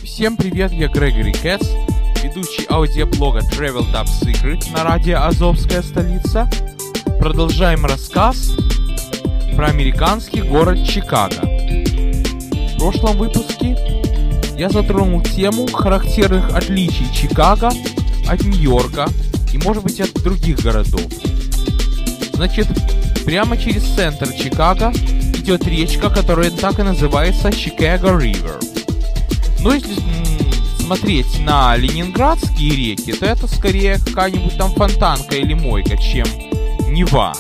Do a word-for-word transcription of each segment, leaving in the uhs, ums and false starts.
Всем привет, я Грегори Кэтс, ведущий аудиоблога Travel Top Secret на радио Азовская столица. Продолжаем рассказ про американский город Чикаго. В прошлом выпуске я затронул тему характерных отличий Чикаго от Нью-Йорка и, может быть, от других городов. Значит, прямо через центр Чикаго идет речка, которая так и называется Chicago River. Но если смотреть на ленинградские реки, то это скорее какая-нибудь там фонтанка или мойка, чем Нева.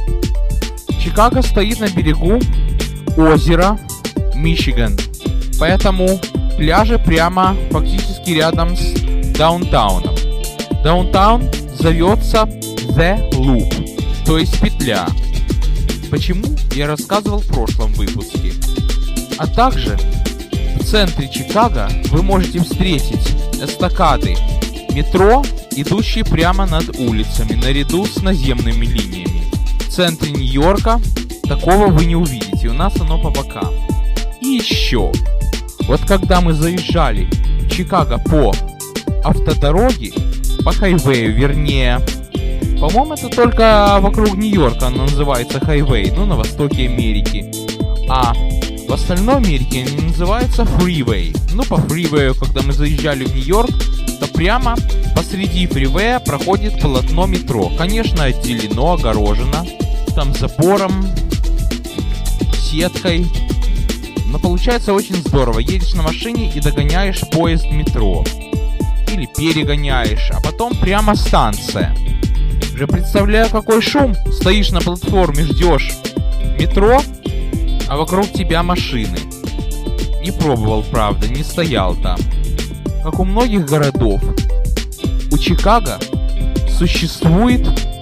Чикаго стоит на берегу озера Мичиган, поэтому пляжи прямо фактически рядом с даунтауном. Даунтаун зовется The Loop, то есть петля. Почему, я рассказывал в прошлом выпуске. А также в центре Чикаго вы можете встретить эстакады метро, идущие прямо над улицами, наряду с наземными линиями. В центре Нью-Йорка такого вы не увидите, у нас оно по бокам. И еще, вот когда мы заезжали в Чикаго по автодороге, по хайвею, вернее, по-моему, это только вокруг Нью-Йорка оно называется хайвей, ну, на востоке Америки. А в остальной Америке они называются фривей. Ну, по фривею, когда мы заезжали в Нью-Йорк, то прямо посреди фривея проходит полотно метро. Конечно, отделено, огорожено, там забором, сеткой. Но получается очень здорово. Едешь на машине и догоняешь поезд метро. Или перегоняешь, а потом прямо станция. Уже представляю, какой шум. Стоишь на платформе, ждешь метро, а вокруг тебя машины. Не пробовал, правда, не стоял там. Как у многих городов, у Чикаго существует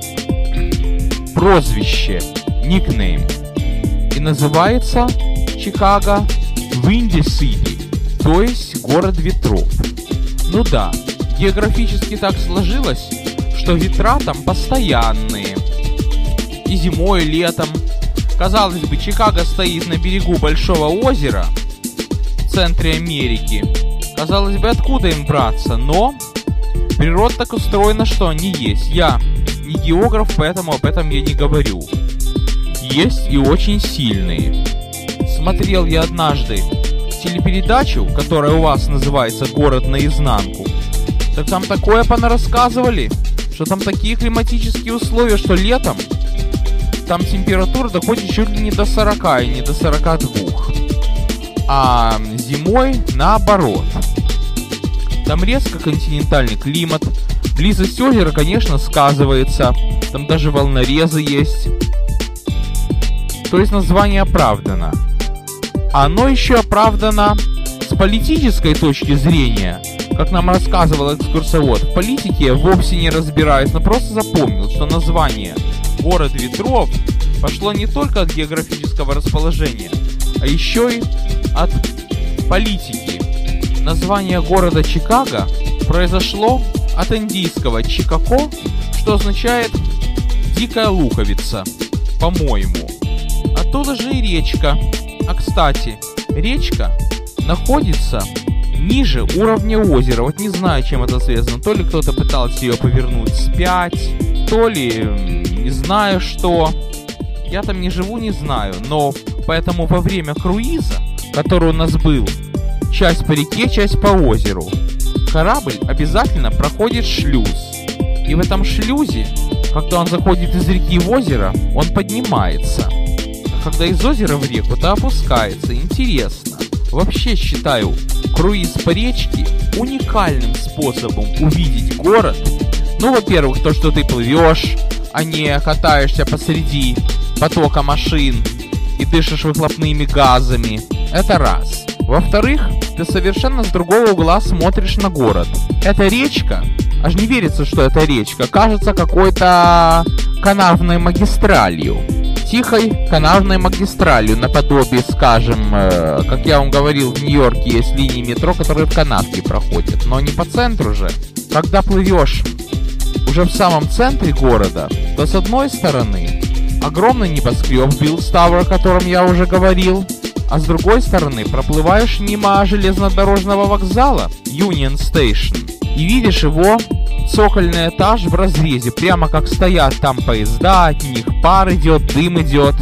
прозвище, никнейм. И называется Чикаго Windy City, то есть город ветров. Ну да, географически так сложилось, что ветра там постоянные. И зимой, и летом. Казалось бы, Чикаго стоит на берегу большого озера в центре Америки. Казалось бы, откуда им браться? Но природа так устроена, что они есть. Я не географ, поэтому об этом я не говорю. Есть и очень сильные. Смотрел я однажды телепередачу, которая у вас называется «Город наизнанку». Так там такое понарассказывали, что там такие климатические условия, что летом там температура доходит чуть ли не до сорока и не до сорока двух. А зимой наоборот. Там резко континентальный климат. Близость озера, конечно, сказывается. Там даже волнорезы есть. То есть название оправдано. Оно еще оправдано с политической точки зрения. Как нам рассказывал экскурсовод, в политике я вовсе не разбираюсь, но просто запомнил, что название «Город ветров» пошло не только от географического расположения, а еще и от политики. Название города Чикаго произошло от индийского «чикако», что означает «дикая луковица», по-моему. Оттуда же и речка. А кстати, речка находится ниже уровня озера. Вот не знаю, чем это связано. То ли кто-то пытался ее повернуть вспять, то ли не знаю что. Я там не живу, не знаю. Но поэтому во время круиза, который у нас был, часть по реке, часть по озеру, корабль обязательно проходит шлюз. И в этом шлюзе, когда он заходит из реки в озеро, он поднимается. А когда из озера в реку, то опускается. Интересно. Вообще считаю круиз по речке уникальным способом увидеть город. Ну, во-первых, то, что ты плывешь, а не катаешься посреди потока машин и дышишь выхлопными газами. Это раз. Во-вторых, ты совершенно с другого угла смотришь на город. Эта речка, аж не верится, что это речка, кажется какой-то канавной магистралью. Тихой канавной магистралью, наподобие, скажем, э, как я вам говорил, в Нью-Йорке есть линии метро, которые в канавке проходят, но не по центру же. Когда плывешь уже в самом центре города, то с одной стороны огромный небоскреб Билл Тауэр, о котором я уже говорил, а с другой стороны проплываешь мимо железнодорожного вокзала Union Station и видишь его цокольный этаж в разрезе, прямо как стоят там поезда, от них пар идет, дым идет,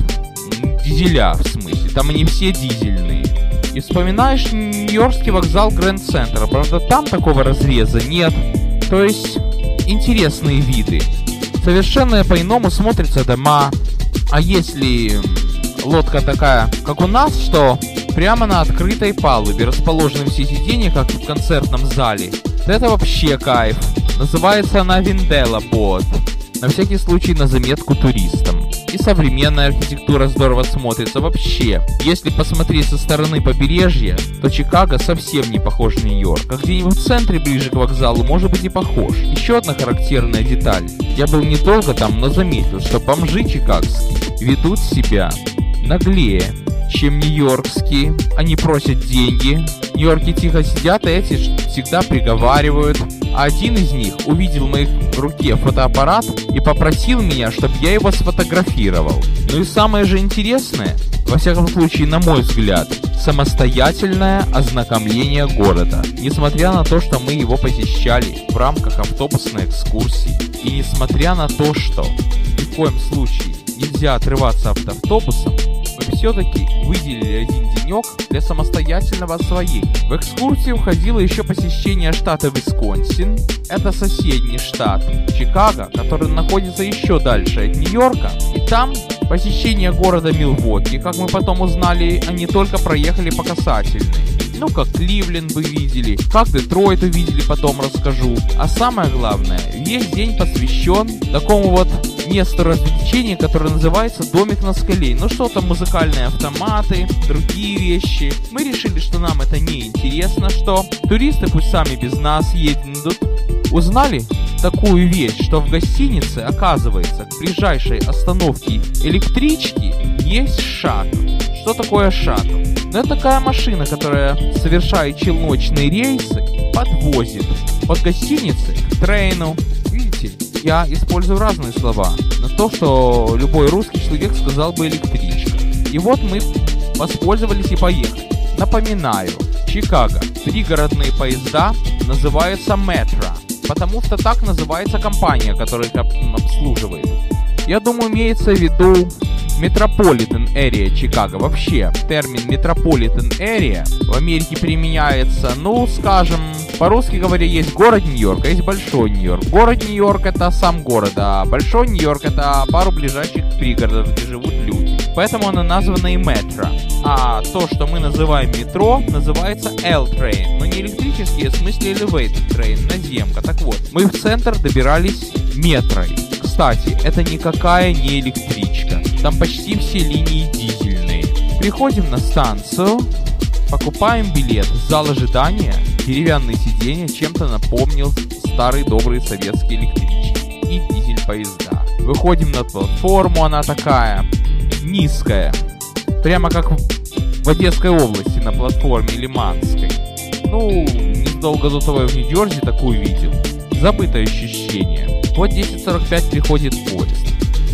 дизеля в смысле, там они все дизельные. И вспоминаешь Нью-Йоркский вокзал Грэнд Центр, правда там такого разреза нет, то есть интересные виды. Совершенно по-иному смотрятся дома, а если лодка такая, как у нас, что прямо на открытой палубе расположены все сиденья, как в концертном зале, то это вообще кайф. Называется она Виндела Boat. На всякий случай на заметку туристам. И современная архитектура здорово смотрится вообще. Если посмотреть со стороны побережья, то Чикаго совсем не похож на Нью-Йорк. А где-нибудь в центре, ближе к вокзалу, может быть и похож. Еще одна характерная деталь. Я был недолго там, но заметил, что бомжи чикагские ведут себя наглее, чем нью-йоркские. Они просят деньги. В Нью-Йорке тихо сидят, а эти всегда приговаривают. А один из них увидел в моей руке фотоаппарат и попросил меня, чтобы я его сфотографировал. Ну и самое же интересное, во всяком случае, на мой взгляд, самостоятельное ознакомление города. Несмотря на то, что мы его посещали в рамках автобусной экскурсии, и несмотря на то, что ни в коем случае нельзя отрываться от автобуса, мы все-таки выделили один денек для самостоятельного освоения. В экскурсию входило еще посещение штата Висконсин. Это соседний штат Чикаго, который находится еще дальше от Нью-Йорка. И там посещение города Милуоки. Как мы потом узнали, они только проехали по касательной. Ну, как Кливленд вы видели, как Детройт увидели, потом расскажу. А самое главное, весь день посвящен такому вот месту развлечения, которое называется «Домик на скале». Ну что там, музыкальные автоматы, другие вещи. Мы решили, что нам это не интересно, что туристы пусть сами без нас едут. Узнали такую вещь, что в гостинице, оказывается, к ближайшей остановке электрички есть шаттл. Что такое шаттл? Ну, это такая машина, которая, совершая челночные рейсы, подвозит от гостиницы к трейну. Видите, я использую разные слова на то, что любой русский человек сказал бы электричка. И вот мы воспользовались и поехали. Напоминаю, Чикаго пригородные поезда называются метро, потому что так называется компания, которая их обслуживает. Я думаю, имеется в виду Metropolitan Area Чикаго. Вообще, термин Metropolitan Area в Америке применяется, ну, скажем, по-русски говоря, есть город Нью-Йорк, а есть большой Нью-Йорк. Город Нью-Йорк — это сам город, а большой Нью-Йорк — это пару ближайших пригородов, где живут люди. Поэтому оно названо и метро. А то, что мы называем метро, называется L-Train. Но не электрический, а в смысле Elevated Train, наземка. Так вот, мы в центр добирались метрой. Кстати, это никакая не электричка. Там почти все линии дизельные. Приходим на станцию, покупаем билет. Зал ожидания, деревянные сиденья чем-то напомнил старые добрые советские электрички и дизель-поезда. Выходим на платформу, она такая низкая. Прямо как в Одесской области на платформе Лиманской. Ну, незадолго до того я в Нью-Джерси такую видел. Забытое ощущение. Вот десять сорок пять приходит поезд.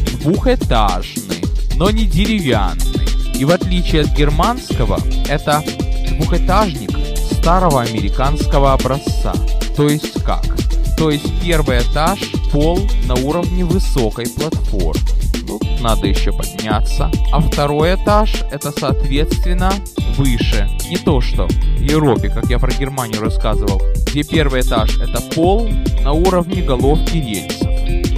Двухэтажный, но не деревянный. И в отличие от германского, это двухэтажник старого американского образца. То есть как? То есть первый этаж, пол на уровне высокой платформы. Тут надо еще подняться. А второй этаж, это соответственно выше. Не то что в Европе, как я про Германию рассказывал, где первый этаж это пол на уровне головки рельсов.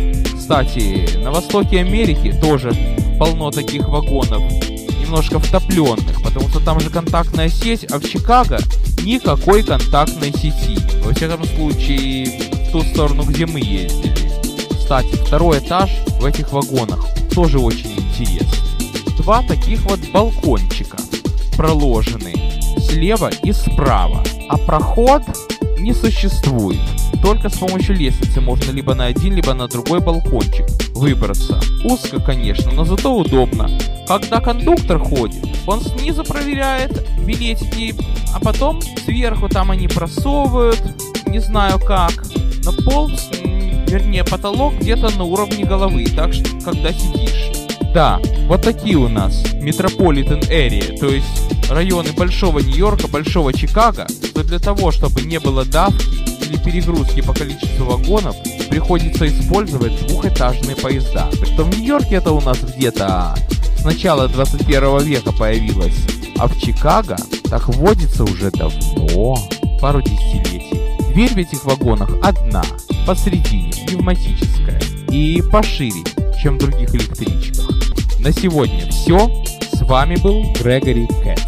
Кстати, на востоке Америки тоже полно таких вагонов, немножко втопленных, потому что там же контактная сеть, а в Чикаго никакой контактной сети. Во всяком случае, в ту сторону, где мы ездили. Кстати, второй этаж в этих вагонах тоже очень интересный. Два таких вот балкончика проложены слева и справа, а проход не существует. Только с помощью лестницы можно либо на один, либо на другой балкончик выбраться. Узко, конечно, но зато удобно. Когда кондуктор ходит, он снизу проверяет билетики, а потом сверху там они просовывают, не знаю как, но пол, вернее потолок где-то на уровне головы, так что когда сидишь. Да, вот такие у нас Metropolitan Area, то есть районы Большого Нью-Йорка, Большого Чикаго, то для того, чтобы не было давки или перегрузки по количеству вагонов, приходится использовать двухэтажные поезда. Что в Нью-Йорке это у нас где-то с начала двадцать первого века появилось, а в Чикаго так водится уже давно, пару десятилетий. Дверь в этих вагонах одна, посередине, пневматическая и пошире, чем в других электричках. На сегодня все. С вами был Грегори Кэт.